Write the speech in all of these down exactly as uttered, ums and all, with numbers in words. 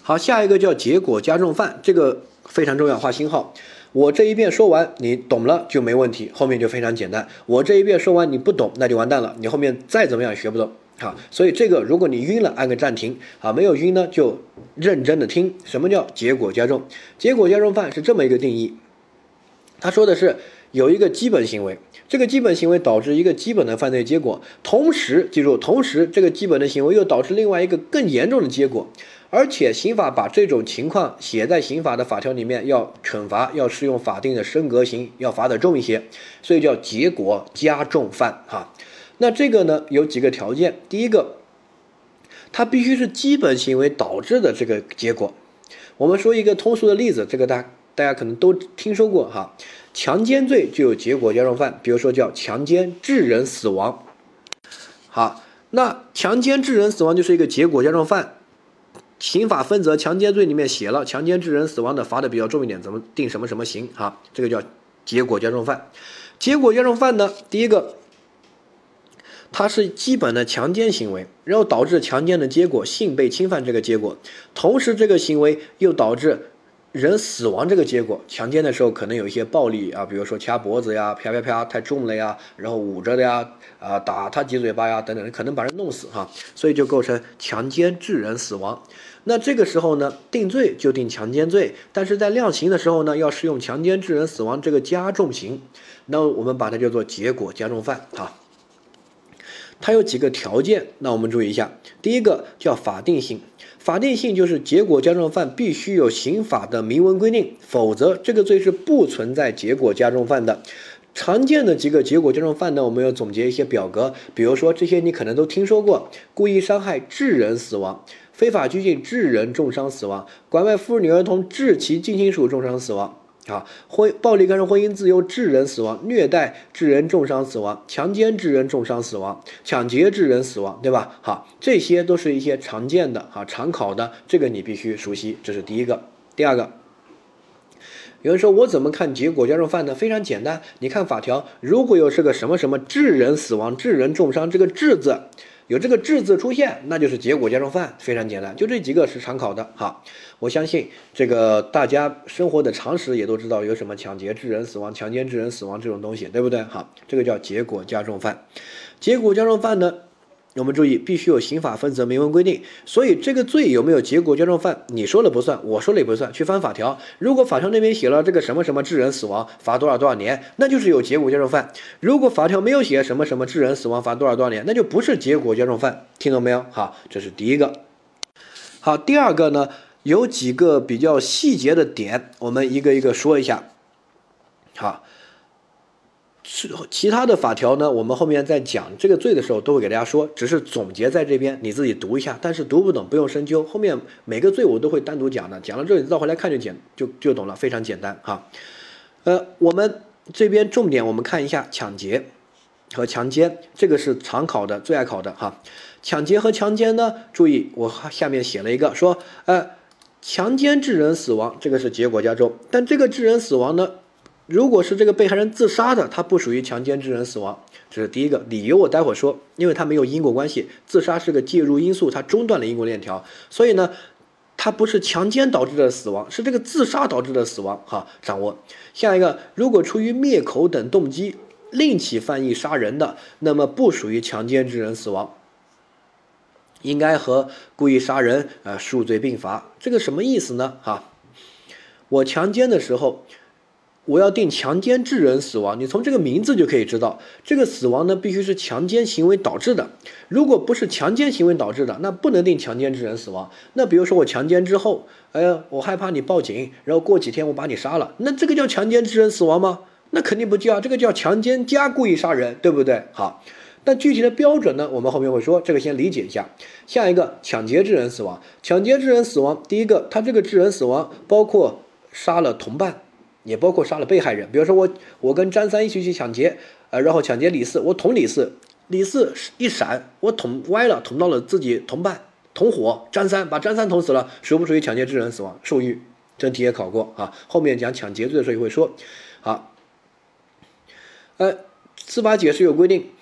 好，下一个叫结果加重犯，这个非常重要，画星号。我这一遍说完，你懂了就没问题，后面就非常简单。我这一遍说完你不懂，那就完蛋了，你后面再怎么样也学不懂。好，所以这个如果你晕了，按个暂停。好，没有晕呢，就认真的听。什么叫结果加重？结果加重犯是这么一个定义，他说的是有一个基本行为，这个基本行为导致一个基本的犯罪结果，同时记住，同时这个基本的行为又导致另外一个更严重的结果。而且刑法把这种情况写在刑法的法条里面，要惩罚，要适用法定的升格刑，要罚得重一些，所以叫结果加重犯哈。那这个呢有几个条件，第一个，它必须是基本行为导致的这个结果。我们说一个通俗的例子，这个大大家可能都听说过哈，强奸罪就有结果加重犯，比如说叫强奸致人死亡。好，那强奸致人死亡就是一个结果加重犯。刑法分则强奸罪里面写了，强奸致人死亡的罚的比较重一点，怎么定什么什么刑哈，这个叫结果加重犯。结果加重犯呢，第一个，它是基本的强奸行为，然后导致强奸的结果性被侵犯这个结果，同时这个行为又导致人死亡这个结果。强奸的时候可能有一些暴力啊，比如说掐脖子呀，啪啪啪太重了呀，然后捂着的呀，啊打他几嘴巴呀等等，可能把人弄死哈，所以就构成强奸致人死亡。那这个时候呢，定罪就定强奸罪，但是在量刑的时候呢，要适用强奸致人死亡这个加重刑，那我们把它叫做结果加重犯啊。它有几个条件，那我们注意一下。第一个叫法定性，法定性就是结果加重犯必须有刑法的明文规定，否则这个罪是不存在结果加重犯的。常见的几个结果加重犯呢，我们要总结一些表格，比如说这些你可能都听说过：故意伤害致人死亡、非法拘禁致人重伤死亡、拐卖妇女儿童致其近亲属重伤死亡。啊，婚暴力干涉婚姻自由致人死亡、虐待致人重伤死亡、强奸致人重伤死亡、抢劫致人死亡，对吧？好，这些都是一些常见的啊，常考的，这个你必须熟悉，这是第一个。第二个，有人说我怎么看结果加重犯呢？非常简单，你看法条，如果有这个什么什么致人死亡、致人重伤，这个致字有这个致字出现，那就是结果加重犯，非常简单，就这几个是常考的。好，我相信这个大家生活的常识也都知道有什么抢劫致人死亡、强奸致人死亡这种东西，对不对？好，这个叫结果加重犯。结果加重犯呢，我们注意必须有刑法分则明文规定，所以这个罪有没有结果加重犯，你说了不算，我说了也不算，去翻法条。如果法条那边写了这个什么什么致人死亡罚多少多少年，那就是有结果加重犯；如果法条没有写什么什么致人死亡罚多少多少年，那就不是结果加重犯。听懂没有？好，这是第一个。好，第二个呢，有几个比较细节的点，我们一个一个说一下。好。其他的法条呢，我们后面在讲这个罪的时候都会给大家说，只是总结在这边，你自己读一下，但是读不懂不用深究，后面每个罪我都会单独讲的，讲了之后你倒回来看就简就就懂了，非常简单哈。呃，我们这边重点我们看一下抢劫和强奸，这个是常考的，最爱考的哈。抢劫和强奸呢，注意我下面写了一个说，呃，强奸致人死亡，这个是结果加重，但这个致人死亡呢，如果是这个被害人自杀的，它不属于强奸致人死亡，这是第一个理由。我待会儿说，因为它没有因果关系，自杀是个介入因素，它中断了因果链条，所以呢，它不是强奸导致的死亡，是这个自杀导致的死亡。哈，掌握。下一个，如果出于灭口等动机另起犯意杀人的，那么不属于强奸致人死亡，应该和故意杀人呃数罪并罚。这个什么意思呢？哈，我强奸的时候，我要定强奸致人死亡，你从这个名字就可以知道，这个死亡呢必须是强奸行为导致的。如果不是强奸行为导致的，那不能定强奸致人死亡。那比如说我强奸之后，呃，我害怕你报警，然后过几天我把你杀了，那这个叫强奸致人死亡吗？那肯定不叫，这个叫强奸加故意杀人，对不对？好，但具体的标准呢，我们后面会说，这个先理解一下。下一个，抢劫致人死亡，抢劫致人死亡，第一个，他这个致人死亡包括杀了同伴，也包括杀了被害人。比如说我我跟张三一起去抢劫，呃，然后抢劫李四，我捅李四，李四一闪，我捅歪了，捅到了自己同伴同伙张三，把张三捅死了，属不属于抢劫致人死亡？属于，真题也考过啊。后面讲抢劫罪的时候也会说。好，呃，司法解释有规定，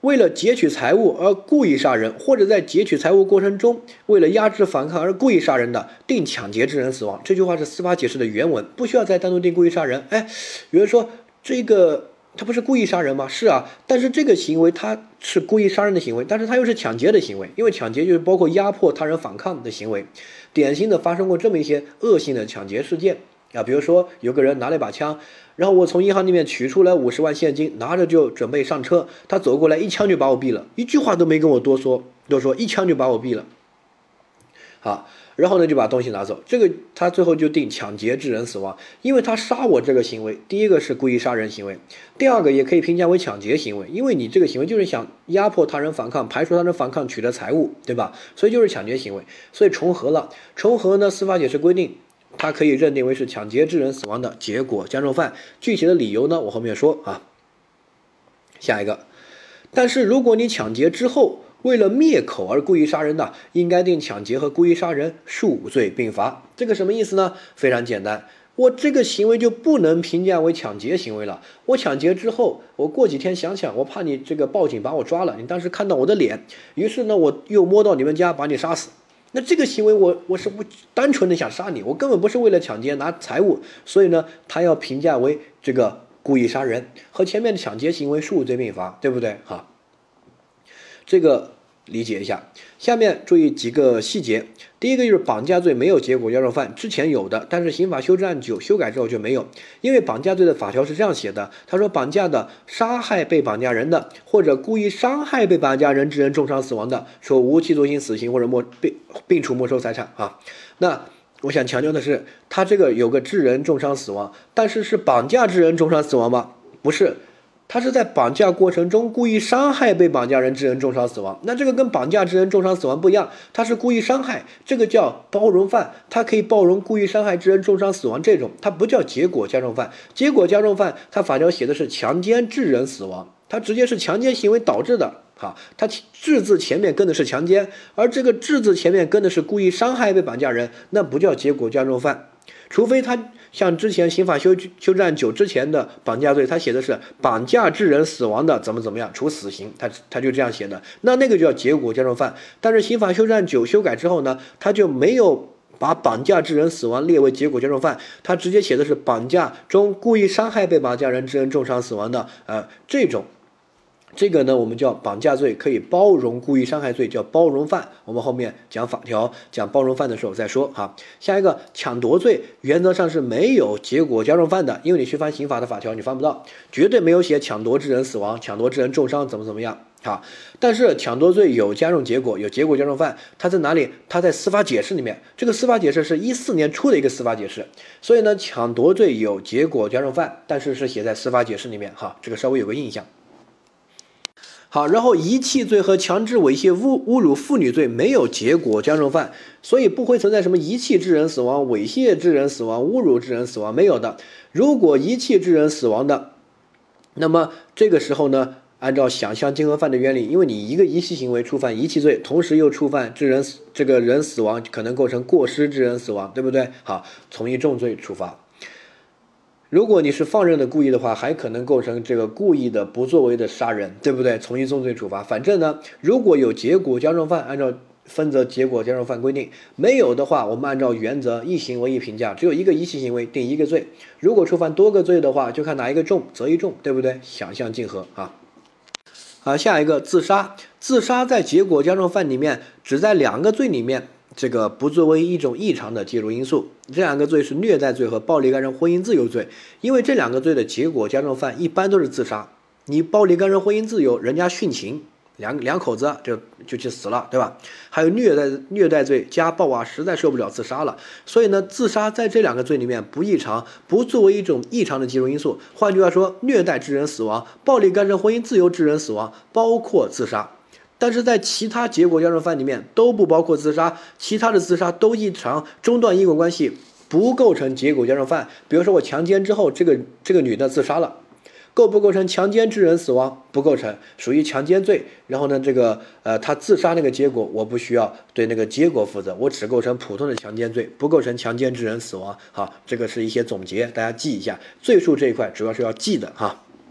为了劫取财物而故意杀人，或者在劫取财物过程中为了压制反抗而故意杀人的，定抢劫致人死亡。这句话是司法解释的原文，不需要再单独定故意杀人。哎，有人说这个他不是故意杀人吗？是啊，但是这个行为他是故意杀人的行为，但是他又是抢劫的行为，因为抢劫就是包括压迫他人反抗的行为。典型的发生过这么一些恶性的抢劫事件啊，比如说有个人拿了一把枪，然后我从银行里面取出来五十万现金，拿着就准备上车，他走过来一枪就把我毙了，一句话都没跟我多说，多说一枪就把我毙了。好，然后呢就把东西拿走，这个他最后就定抢劫致人死亡，因为他杀我这个行为，第一个是故意杀人行为，第二个也可以评价为抢劫行为，因为你这个行为就是想压迫他人反抗，排除他人反抗取得财物，对吧？所以就是抢劫行为，所以重合了。重合呢，司法解释规定它可以认定为是抢劫致人死亡的结果加重犯，具体的理由呢我后面说啊。下一个，但是如果你抢劫之后为了灭口而故意杀人的，应该定抢劫和故意杀人数罪并罚。这个什么意思呢？非常简单，我这个行为就不能评价为抢劫行为了。我抢劫之后，我过几天想想，我怕你这个报警把我抓了，你当时看到我的脸，于是呢我又摸到你们家把你杀死。那这个行为我我是不单纯的想杀你，我根本不是为了抢劫拿财物，所以呢他要评价为这个故意杀人，和前面的抢劫行为数罪并罚，对不对？哈，这个理解一下。下面注意几个细节。第一个就是绑架罪没有结果加重犯，之前有的，但是刑法修正案九修改之后就没有。因为绑架罪的法条是这样写的，他说绑架的、杀害被绑架人的，或者故意伤害被绑架人致人重伤死亡的，说无期徒刑、死刑或者没并并处没收财产啊。那我想强调的是，他这个有个致人重伤死亡，但是是绑架致人重伤死亡吗？不是。他是在绑架过程中故意伤害被绑架人致人重伤死亡，那这个跟绑架致人重伤死亡不一样，他是故意伤害，这个叫包容犯，他可以包容故意伤害致人重伤死亡这种，他不叫结果加重犯。结果加重犯，他法条写的是强奸致人死亡，他直接是强奸行为导致的，好，他致字前面跟的是强奸，而这个致字前面跟的是故意伤害被绑架人，那不叫结果加重犯。除非他像之前刑法修修正案九之前的绑架罪，他写的是绑架致人死亡的怎么怎么样处死刑，他他就这样写的，那那个就叫结果加重犯。但是刑法修正案九修改之后呢，他就没有把绑架致人死亡列为结果加重犯，他直接写的是绑架中故意伤害被绑架人致人重伤死亡的呃这种。这个呢，我们叫绑架罪，可以包容故意伤害罪，叫包容犯。我们后面讲法条、讲包容犯的时候再说哈。下一个抢夺罪，原则上是没有结果加重犯的，因为你去翻刑法的法条，你翻不到，绝对没有写抢夺致人死亡、抢夺致人重伤怎么怎么样哈。但是抢夺罪有加重结果，有结果加重犯，它在哪里？它在司法解释里面。这个司法解释是一四年出的一个司法解释，所以呢，抢夺罪有结果加重犯，但是是写在司法解释里面哈，这个稍微有个印象。好，然后遗弃罪和强制猥亵侮侮辱妇女罪没有结果加重犯，所以不会存在什么遗弃致人死亡、猥亵致人死亡、侮辱致人死亡，没有的。如果遗弃致人死亡的，那么这个时候呢，按照想象竞合犯的原理，因为你一个遗弃行为触犯遗弃罪，同时又触犯致人这个人死亡，可能构成过失致人死亡，对不对？好，从一重罪处罚。如果你是放任的故意的话，还可能构成这个故意的不作为的杀人，对不对？从一重罪处罚。反正呢，如果有结果加重犯，按照分则结果加重犯规定；没有的话，我们按照原则一行为一评价，只有一个遗弃行为定一个罪。如果触犯多个罪的话，就看哪一个重则一重，对不对？想象竞合啊。啊，下一个自杀，自杀在结果加重犯里面，只在两个罪里面。这个不作为一种异常的介入因素，这两个罪是虐待罪和暴力干扰婚姻自由罪，因为这两个罪的结果加重犯一般都是自杀，你暴力干扰婚姻自由，人家殉情，两两口子就就去死了，对吧？还有虐待虐待罪、家暴啊，实在受不了自杀了，所以呢，自杀在这两个罪里面不异常，不作为一种异常的介入因素。换句话说，虐待致人死亡、暴力干涉婚姻自由致人死亡，包括自杀。但是在其他结果加重犯里面都不包括自杀，其他的自杀都异常中断因果关系，不构成结果加重犯。比如说我强奸之后，这个这个女的自杀了，构不构成强奸致人死亡？不构成，属于强奸罪。然后呢，这个呃她自杀那个结果，我不需要对那个结果负责，我只构成普通的强奸罪，不构成强奸致人死亡。好，这个是一些总结，大家记一下。罪数这一块主要是要记的哈。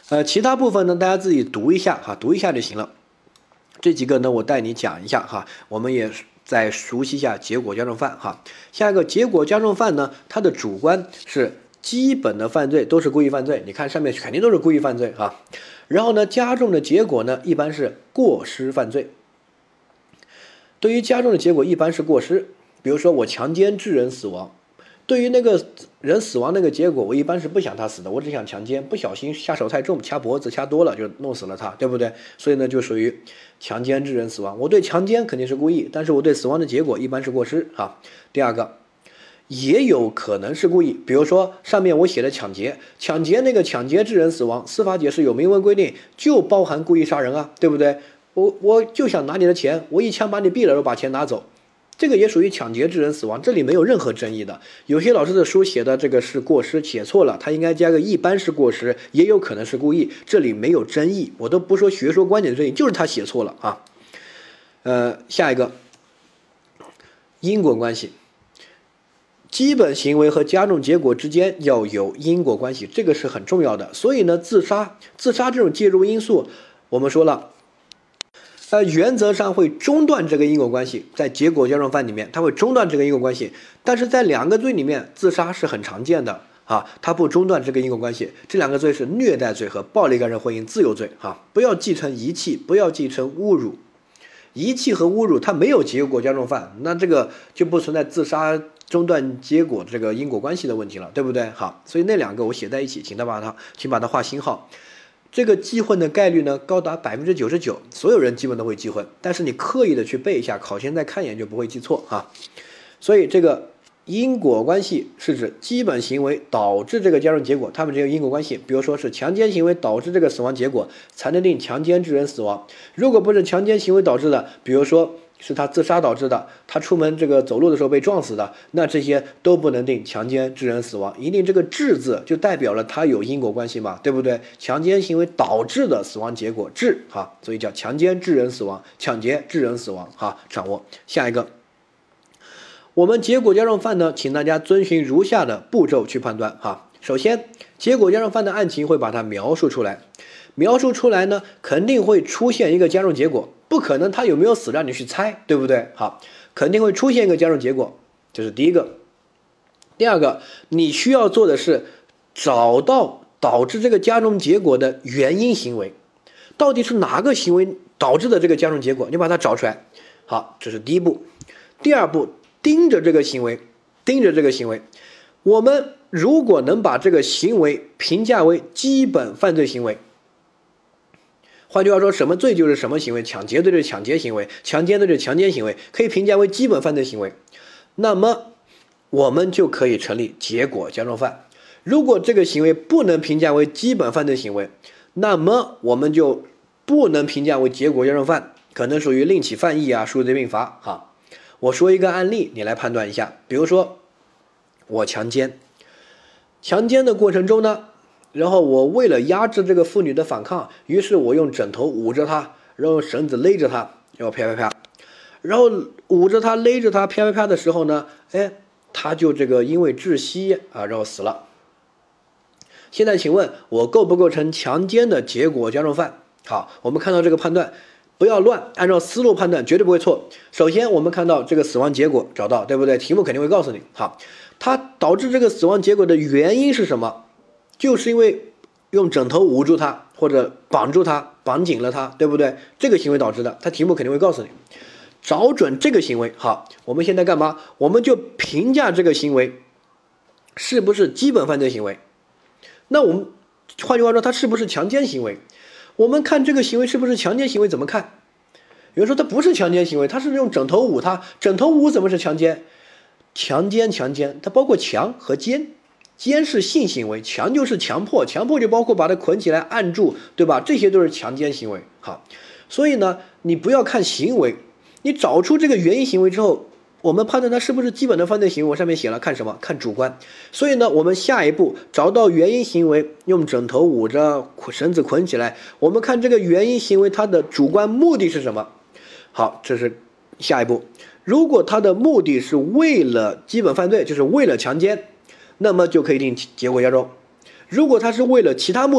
呃，其他部分呢，大家自己读一下哈，读一下就行了。这几个呢，我带你讲一下哈，我们也再熟悉一下结果加重犯哈。下一个结果加重犯呢，它的主观是基本的犯罪都是故意犯罪，你看上面肯定都是故意犯罪哈。然后呢，加重的结果呢，一般是过失犯罪。对于加重的结果，一般是过失，比如说我强奸致人死亡。对于那个人死亡那个结果，我一般是不想他死的，我只想强奸，不小心下手太重，掐脖子掐多了就弄死了他，对不对？所以呢，就属于强奸致人死亡。我对强奸肯定是故意，但是我对死亡的结果一般是过失啊。第二个，也有可能是故意，比如说上面我写的抢劫，抢劫那个抢劫致人死亡，司法解释有明文规定，就包含故意杀人啊，对不对？我我就想拿你的钱，我一枪把你毙了，然后把钱拿走。这个也属于抢劫致人死亡，这里没有任何争议的。有些老师的书写的这个是过失，写错了，他应该加个一般是过失，也有可能是故意，这里没有争议。我都不说学说观点的争议，就是他写错了啊。呃，下一个因果关系，基本行为和加重结果之间要有因果关系，这个是很重要的。所以呢，自杀，自杀这种介入因素，我们说了。呃，原则上会中断这个因果关系，在结果加重犯里面，它会中断这个因果关系，但是在两个罪里面，自杀是很常见的啊，它不中断这个因果关系。这两个罪是虐待罪和暴力干涉婚姻自由罪啊，不要记成遗弃，不要记成侮辱。遗弃和侮辱它没有结果加重犯，那这个就不存在自杀中断结果这个因果关系的问题了，对不对？好，所以那两个我写在一起，请他把它，请把它画星号。这个记混的概率呢，高达百分之九十九，所有人基本都会记混，但是你刻意的去背一下，考前再看一眼就不会记错啊。所以这个因果关系是指基本行为导致这个加重结果，它们只有因果关系。比如说是强奸行为导致这个死亡结果，才能定强奸致人死亡。如果不是强奸行为导致的，比如说是他自杀导致的，他出门这个走路的时候被撞死的，那这些都不能定强奸致人死亡。一定这个致字就代表了他有因果关系嘛，对不对？强奸行为导致的死亡结果致哈，所以叫强奸致人死亡，抢劫致人死亡哈，掌握。下一个，我们结果加重犯呢，请大家遵循如下的步骤去判断哈。首先，结果加重犯的案情会把它描述出来，描述出来呢，肯定会出现一个加重结果。不可能他有没有死让你去猜，对不对？好，肯定会出现一个加重结果，这是第一个。第二个，你需要做的是找到导致这个加重结果的原因行为，到底是哪个行为导致的这个加重结果，你把它找出来。好，这是第一步。第二步，盯着这个行为，盯着这个行为，我们如果能把这个行为评价为基本犯罪行为，换句话说，什么罪就是什么行为，抢劫罪就是抢劫行为，强奸罪就是强奸行为，可以评价为基本犯罪行为，那么我们就可以成立结果加重犯。如果这个行为不能评价为基本犯罪行为，那么我们就不能评价为结果加重犯，可能属于另起犯意啊，数罪并罚哈。我说一个案例，你来判断一下，比如说我强奸，强奸的过程中呢，然后我为了压制这个妇女的反抗，于是我用枕头捂着她，然后绳子勒着她，然后啪啪啪，然后捂着她勒着她啪啪啪的时候呢，哎，她就这个因为窒息啊，然后死了。现在请问我构不构成强奸的结果加重犯？好，我们看到这个判断，不要乱，按照思路判断绝对不会错。首先我们看到这个死亡结果找到，对不对？题目肯定会告诉你。好，它导致这个死亡结果的原因是什么？就是因为用枕头捂住他，或者绑住他，绑紧了他，对不对？这个行为导致的，他题目肯定会告诉你。找准这个行为，好，我们现在干嘛？我们就评价这个行为是不是基本犯罪行为。那我们换句话说，它是不是强奸行为？我们看这个行为是不是强奸行为，怎么看？有人说它不是强奸行为，它是用枕头捂他，枕头捂怎么是强奸？强奸强奸，它包括强和奸。奸是性行为，强就是强迫，强迫就包括把它捆起来按住，对吧？这些都是强奸行为。好，所以呢，你不要看行为，你找出这个原因行为之后，我们判断它是不是基本的犯罪行为，我上面写了看什么？看主观。所以呢，我们下一步找到原因行为，用枕头捂着，绳子捆起来，我们看这个原因行为它的主观目的是什么？好，这是下一步。如果它的目的是为了基本犯罪，就是为了强奸，那么就可以定结果加重。如果他是为了其他目的，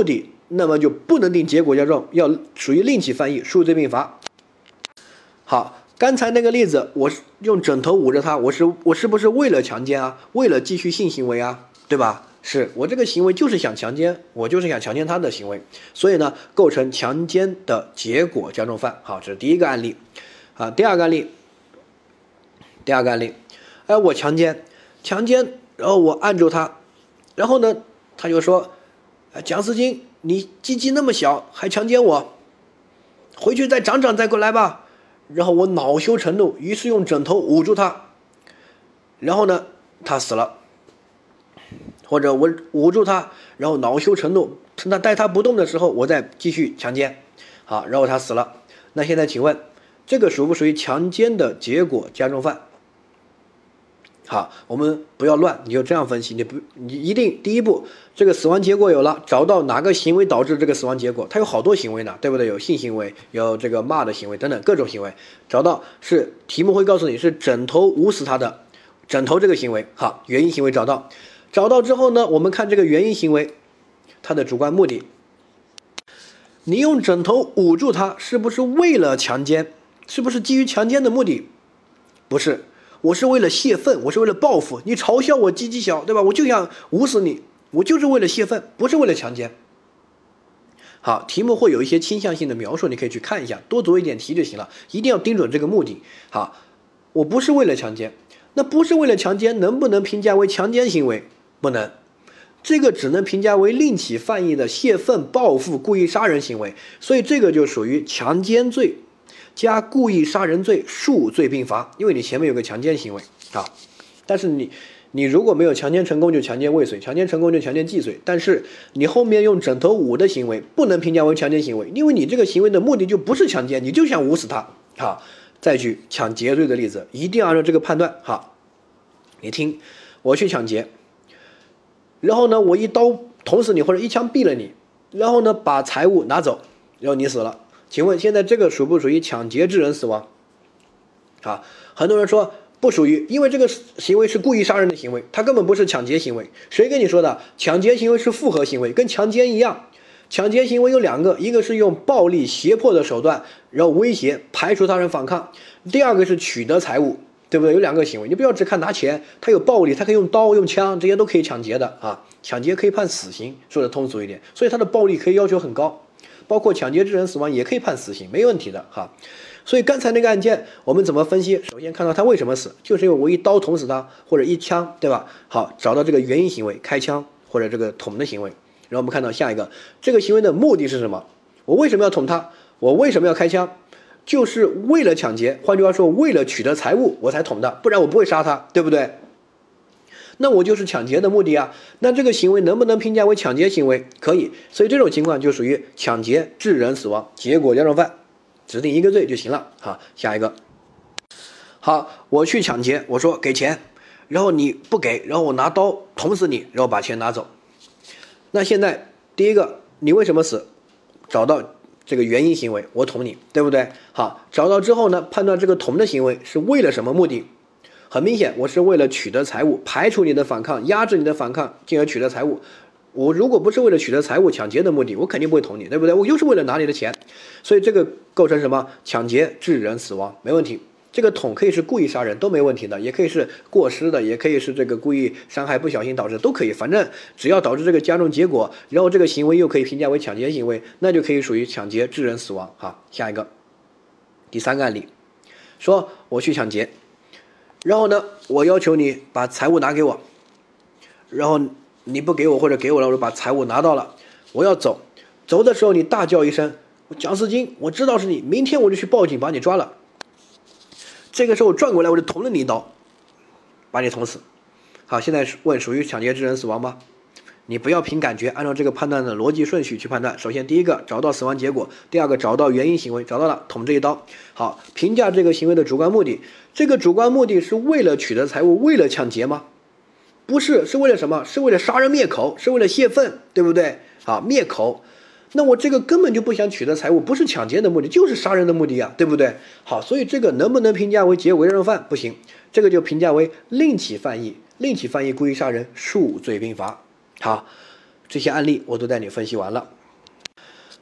那么就不能定结果加重，要属于另起犯意，数罪并罚。好，刚才那个例子，我是用枕头捂着他，我是我是不是为了强奸啊？为了继续性行为啊？对吧？是我这个行为就是想强奸，我就是想强奸他的行为，所以呢，构成强奸的结果加重犯。好，这是第一个案例。啊，第二个案例，第二个案例，哎，我强奸，强奸，然后我按住他，然后呢，他就说，哎，蒋思金，你鸡鸡那么小，还强奸我，回去再长长再过来吧。然后我恼羞成怒，于是用枕头捂住他，然后呢，他死了。或者我捂住他，然后恼羞成怒，那待他不动的时候，我再继续强奸，好，然后他死了。那现在请问，这个属不属于强奸的结果加重犯？好，我们不要乱，你就这样分析，你不，你一定第一步，这个死亡结果有了，找到哪个行为导致这个死亡结果，它有好多行为呢，对不对？有性行为，有这个骂的行为等等各种行为，找到是题目会告诉你是枕头捂死他的，枕头这个行为，好，原因行为找到。找到之后呢，我们看这个原因行为，它的主观目的。你用枕头捂住他，是不是为了强奸？是不是基于强奸的目的？不是，我是为了泄愤，我是为了报复。你嘲笑我鸡鸡小，对吧？我就想捂死你，我就是为了泄愤，不是为了强奸。好，题目会有一些倾向性的描述，你可以去看一下，多做一点题就行了，一定要盯准这个目的。好，我不是为了强奸，那不是为了强奸，能不能评价为强奸行为？不能，这个只能评价为另起犯意的泄愤、报复、故意杀人行为，所以这个就属于强奸罪加故意杀人罪，数罪并罚，因为你前面有个强奸行为啊。但是你你如果没有强奸成功，就强奸未遂；强奸成功就强奸既遂。但是你后面用枕头捂的行为，不能评价为强奸行为，因为你这个行为的目的就不是强奸，你就想捂死他。好，再举抢劫罪的例子，一定要按照这个判断。好，你听，我去抢劫。然后呢，我一刀捅死你，或者一枪毙了你，然后呢，把财物拿走，然后你死了。请问现在这个属不属于抢劫致人死亡？啊，很多人说不属于，因为这个行为是故意杀人的行为，它根本不是抢劫行为。谁跟你说的？抢劫行为是复合行为，跟强奸一样。抢劫行为有两个，一个是用暴力胁迫的手段，然后威胁排除他人反抗；第二个是取得财物。对不对？有两个行为，你不要只看拿钱，他有暴力，他可以用刀、用枪，这些都可以抢劫的啊。抢劫可以判死刑，说的通俗一点，所以他的暴力可以要求很高，包括抢劫致人死亡也可以判死刑，没问题的哈。所以刚才那个案件我们怎么分析？首先看到他为什么死，就是因为我一刀捅死他，或者一枪，对吧？好，找到这个原因行为，开枪或者这个捅的行为，然后我们看到下一个，这个行为的目的是什么？我为什么要捅他？我为什么要开枪？就是为了抢劫，换句话说，为了取得财物我才捅的，不然我不会杀他，对不对？那我就是抢劫的目的啊。那这个行为能不能评价为抢劫行为？可以，所以这种情况就属于抢劫致人死亡，结果加重犯，指定一个罪就行了。好，下一个。好，我去抢劫，我说给钱，然后你不给，然后我拿刀捅死你，然后把钱拿走。那现在第一个，你为什么死？找到这个原因行为，我捅你，对不对？好，找到之后呢，判断这个捅的行为是为了什么目的？很明显，我是为了取得财物，排除你的反抗，压制你的反抗，进而取得财物。我如果不是为了取得财物、抢劫的目的，我肯定不会捅你，对不对？我就是为了拿你的钱，所以这个构成什么？抢劫致人死亡，没问题。这个捅可以是故意杀人，都没问题的，也可以是过失的，也可以是这个故意伤害、不小心导致，都可以。反正只要导致这个加重结果，然后这个行为又可以评价为抢劫行为，那就可以属于抢劫致人死亡。好，下一个，第三个案例，说我去抢劫，然后呢，我要求你把财物拿给我，然后你不给我或者给我了，我就把财物拿到了，我要走，走的时候你大叫一声，蒋思金，我知道是你，明天我就去报警把你抓了。这个时候转过来我就捅了你一刀，把你捅死。好，现在问属于抢劫致人死亡吗？你不要凭感觉，按照这个判断的逻辑顺序去判断。首先第一个找到死亡结果，第二个找到原因行为，找到了捅这一刀。好，评价这个行为的主观目的，这个主观目的是为了取得财物，为了抢劫吗？不是，是为了什么？是为了杀人灭口，是为了泄愤，对不对？好，灭口。那我这个根本就不想取得财物，不是抢劫的目的，就是杀人的目的啊，对不对？好，所以这个能不能评价为结果加重犯？不行，这个就评价为另起犯意，另起犯意故意杀人，数罪并罚。好，这些案例我都带你分析完了。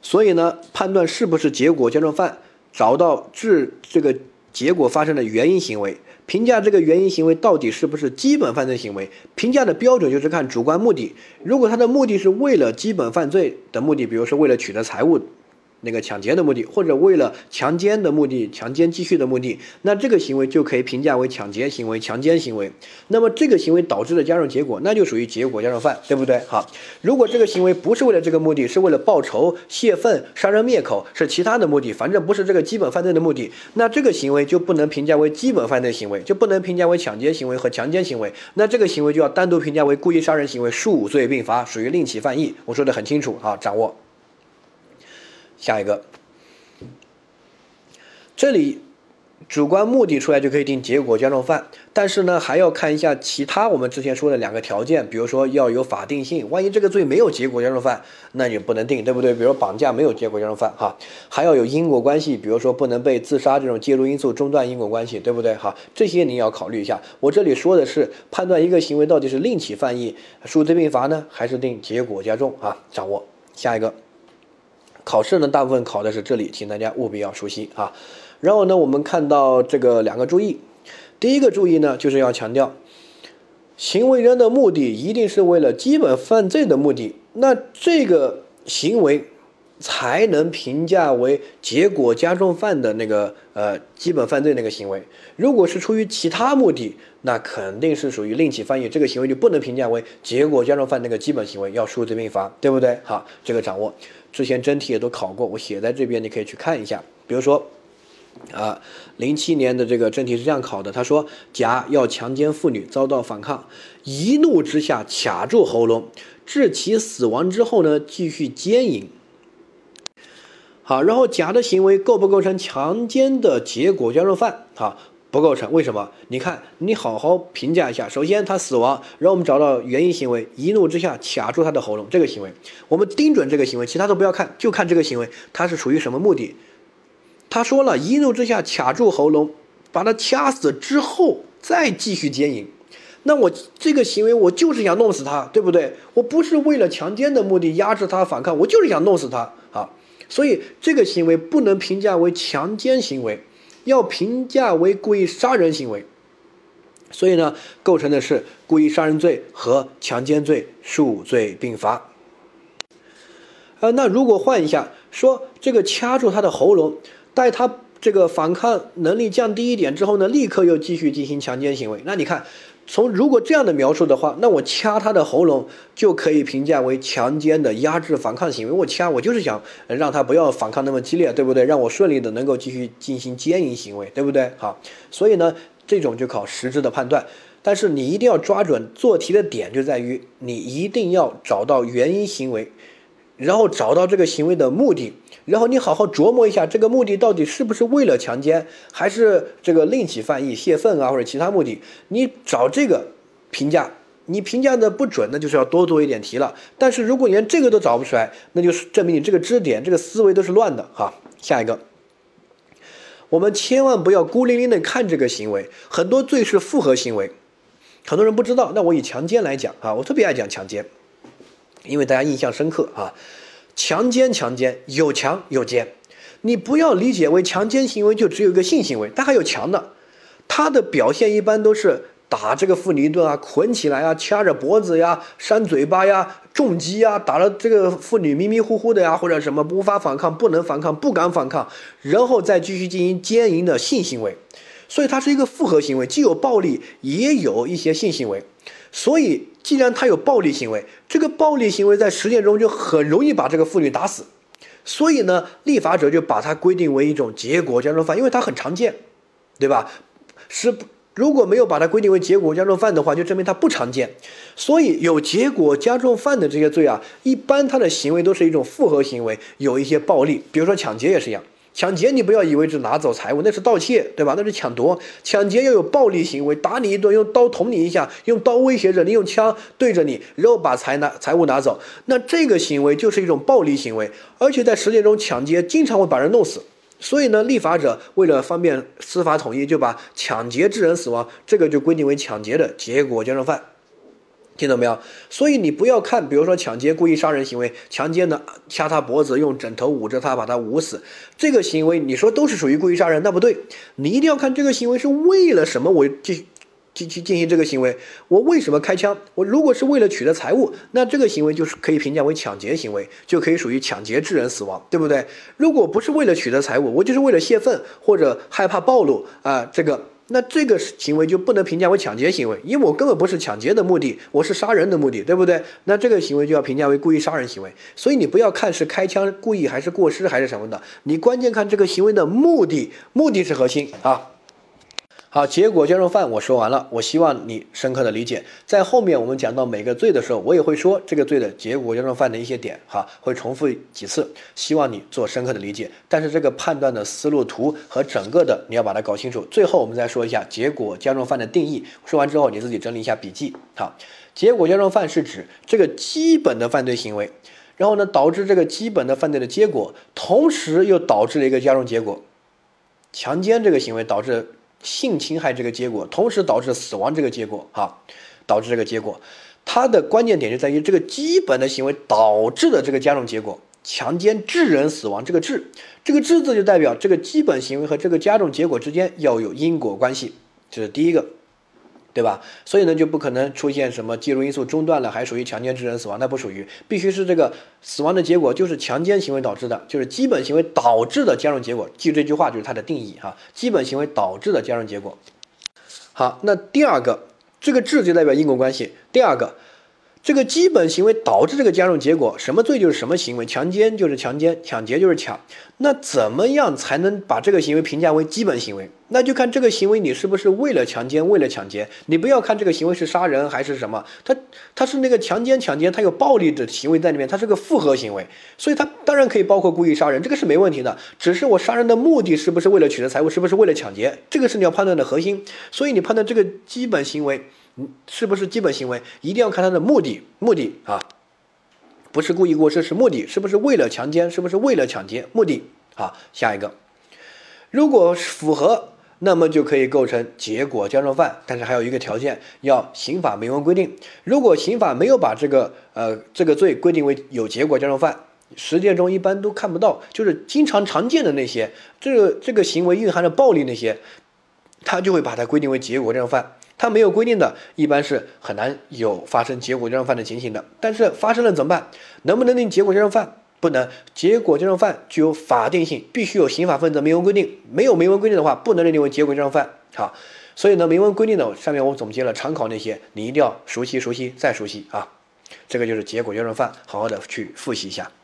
所以呢，判断是不是结果加重犯，找到致这个结果发生的原因行为，评价这个原因行为到底是不是基本犯罪行为。评价的标准就是看主观目的，如果他的目的是为了基本犯罪的目的，比如说为了取得财物，那个抢劫的目的，或者为了强奸的目的，强奸继续的目的，那这个行为就可以评价为抢劫行为、强奸行为。那么这个行为导致的加重结果，那就属于结果加重犯，对不对？好，如果这个行为不是为了这个目的，是为了报仇、泄愤、杀人灭口，是其他的目的，反正不是这个基本犯罪的目的，那这个行为就不能评价为基本犯罪行为，就不能评价为抢劫行为和强奸行为，那这个行为就要单独评价为故意杀人行为，数罪并罚，属于另起犯意。我说的很清楚啊，掌握。下一个，这里主观目的出来就可以定结果加重犯，但是呢还要看一下其他我们之前说的两个条件，比如说要有法定性，万一这个罪没有结果加重犯，那你不能定，对不对？比如绑架没有结果加重犯哈，还要有因果关系，比如说不能被自杀这种介入因素中断因果关系，对不对？哈，这些你要考虑一下。我这里说的是判断一个行为到底是另起犯意、数罪并罚呢，还是定结果加重啊？掌握。下一个。考试呢，大部分考的是这里，请大家务必要熟悉啊。然后呢，我们看到这个两个注意，第一个注意呢，就是要强调，行为人的目的一定是为了基本犯罪的目的，那这个行为才能评价为结果加重犯的那个呃基本犯罪那个行为。如果是出于其他目的，那肯定是属于另起犯意，这个行为就不能评价为结果加重犯那个基本行为，要数罪并罚，对不对？好，这个掌握。之前真题也都考过，我写在这边，你可以去看一下。比如说，啊，零七年的这个真题是这样考的，他说甲要强奸妇女，遭到反抗，一怒之下卡住喉咙，致其死亡之后呢，继续奸淫。好，然后甲的行为构不构成强奸的结果加重犯？好，不构成。为什么？你看，你好好评价一下。首先，他死亡，然后我们找到原因行为，一怒之下卡住他的喉咙，这个行为，我们盯准这个行为，其他都不要看，就看这个行为，它是属于什么目的？他说了，一怒之下卡住喉咙，把他掐死之后再继续奸淫。那我这个行为，我就是想弄死他，对不对？我不是为了强奸的目的压制他反抗，我就是想弄死他啊。所以这个行为不能评价为强奸行为，要评价为故意杀人行为。所以呢，构成的是故意杀人罪和强奸罪，数罪并罚。呃，那如果换一下，说这个掐住他的喉咙，待他这个反抗能力降低一点之后呢，立刻又继续进行强奸行为。那你看，从如果这样的描述的话，那我掐他的喉咙就可以评价为强奸的压制反抗行为。我掐，我就是想让他不要反抗那么激烈，对不对？让我顺利的能够继续进行奸淫行为，对不对？好，所以呢，这种就考实质的判断。但是你一定要抓准做题的点，就在于你一定要找到原因行为，然后找到这个行为的目的，然后你好好琢磨一下，这个目的到底是不是为了强奸，还是这个另起犯意、泄愤啊，或者其他目的？你找这个评价，你评价的不准，那就是要多做一点题了。但是如果连这个都找不出来，那就是证明你这个知识点、这个思维都是乱的哈。下一个，我们千万不要孤零零的看这个行为，很多罪是复合行为，很多人不知道。那我以强奸来讲啊，我特别爱讲强奸，因为大家印象深刻啊。强奸强奸有强有奸，你不要理解为强奸行为就只有一个性行为，它还有强的，它的表现一般都是打这个妇女一顿啊，捆起来啊，掐着脖子呀，扇嘴巴呀，重击呀，打了这个妇女迷迷糊糊的呀，或者什么无法反抗、不能反抗、不敢反抗，然后再继续进行奸淫的性行为。所以它是一个复合行为，既有暴力也有一些性行为。所以既然它有暴力行为，这个暴力行为在实践中就很容易把这个妇女打死。所以呢，立法者就把它规定为一种结果加重犯，因为它很常见，对吧？是如果没有把它规定为结果加重犯的话，就证明它不常见。所以有结果加重犯的这些罪啊，一般它的行为都是一种复合行为，有一些暴力，比如说抢劫也是一样。抢劫你不要以为是拿走财物，那是盗窃，对吧？那是抢夺。抢劫要有暴力行为，打你一顿，用刀捅你一下，用刀威胁着你，用枪对着你，然后把财拿财物拿走，那这个行为就是一种暴力行为。而且在实践中，抢劫经常会把人弄死。所以呢，立法者为了方便司法统一，就把抢劫致人死亡这个就规定为抢劫的结果加重犯。 听懂没有？所以你不要看，比如说抢劫、故意杀人行为，强奸的掐他脖子，用枕头捂着他，把他捂死，这个行为你说都是属于故意杀人，那不对。你一定要看这个行为是为了什么，我去去去进行这个行为，我为什么开枪？我如果是为了取得财物，那这个行为就是可以评价为抢劫行为，就可以属于抢劫致人死亡，对不对？如果不是为了取得财物，我就是为了泄愤或者害怕暴露啊，这个。那这个行为就不能评价为抢劫行为，因为我根本不是抢劫的目的，我是杀人的目的，对不对？那这个行为就要评价为故意杀人行为。所以你不要看是开枪故意还是过失还是什么的，你关键看这个行为的目的，目的是核心啊。好，结果加重犯我说完了，我希望你深刻的理解。在后面我们讲到每个罪的时候，我也会说这个罪的结果加重犯的一些点，哈，会重复几次，希望你做深刻的理解。但是这个判断的思路图和整个的你要把它搞清楚。最后我们再说一下结果加重犯的定义，说完之后你自己整理一下笔记。好，结果加重犯是指这个基本的犯罪行为，然后呢导致这个基本的犯罪的结果，同时又导致了一个加重结果。强奸这个行为导致性侵害这个结果，同时导致死亡这个结果，哈，导致这个结果，它的关键点就在于这个基本的行为导致的这个加重结果，强奸致人死亡，这个致，这个致字就代表这个基本行为和这个加重结果之间要有因果关系，这是第一个，对吧？所以呢，就不可能出现什么介入因素中断了，还属于强奸致人死亡，那不属于，必须是这个死亡的结果就是强奸行为导致的，就是基本行为导致的加重结果。记住这句话就是它的定义哈，基本行为导致的加重结果。好，那第二个，这个致就代表因果关系。第二个，这个基本行为导致这个加重结果，什么罪就是什么行为，强奸就是强奸，抢劫就是抢。那怎么样才能把这个行为评价为基本行为？那就看这个行为你是不是为了强奸，为了抢劫。你不要看这个行为是杀人还是什么，它它是那个强奸抢劫，它有暴力的行为在里面，它是个复合行为，所以它当然可以包括故意杀人，这个是没问题的。只是我杀人的目的是不是为了取得财物，是不是为了抢劫，这个是你要判断的核心。所以你判断这个基本行为是不是基本行为，一定要看它的目的，目的啊，不是故意过失，是目的，是不是为了强奸，是不是为了抢劫，目的。好，下一个，如果符合，那么就可以构成结果加重犯，但是还有一个条件，要刑法明文规定。如果刑法没有把这个呃这个罪规定为有结果加重犯，实践中一般都看不到，就是经常常见的那些，这个这个行为蕴含着暴力那些，他就会把它规定为结果加重犯。它没有规定的，一般是很难有发生结果加重犯的情形的。但是发生了怎么办？能不能定结果加重犯？不能。结果加重犯具有法定性，必须有刑法分则明文规定。没有明文规定的话，不能认定为结果加重犯。好，所以呢，明文规定的上面我总结了常考那些，你一定要熟悉熟悉再熟悉啊。这个就是结果加重犯，好好的去复习一下。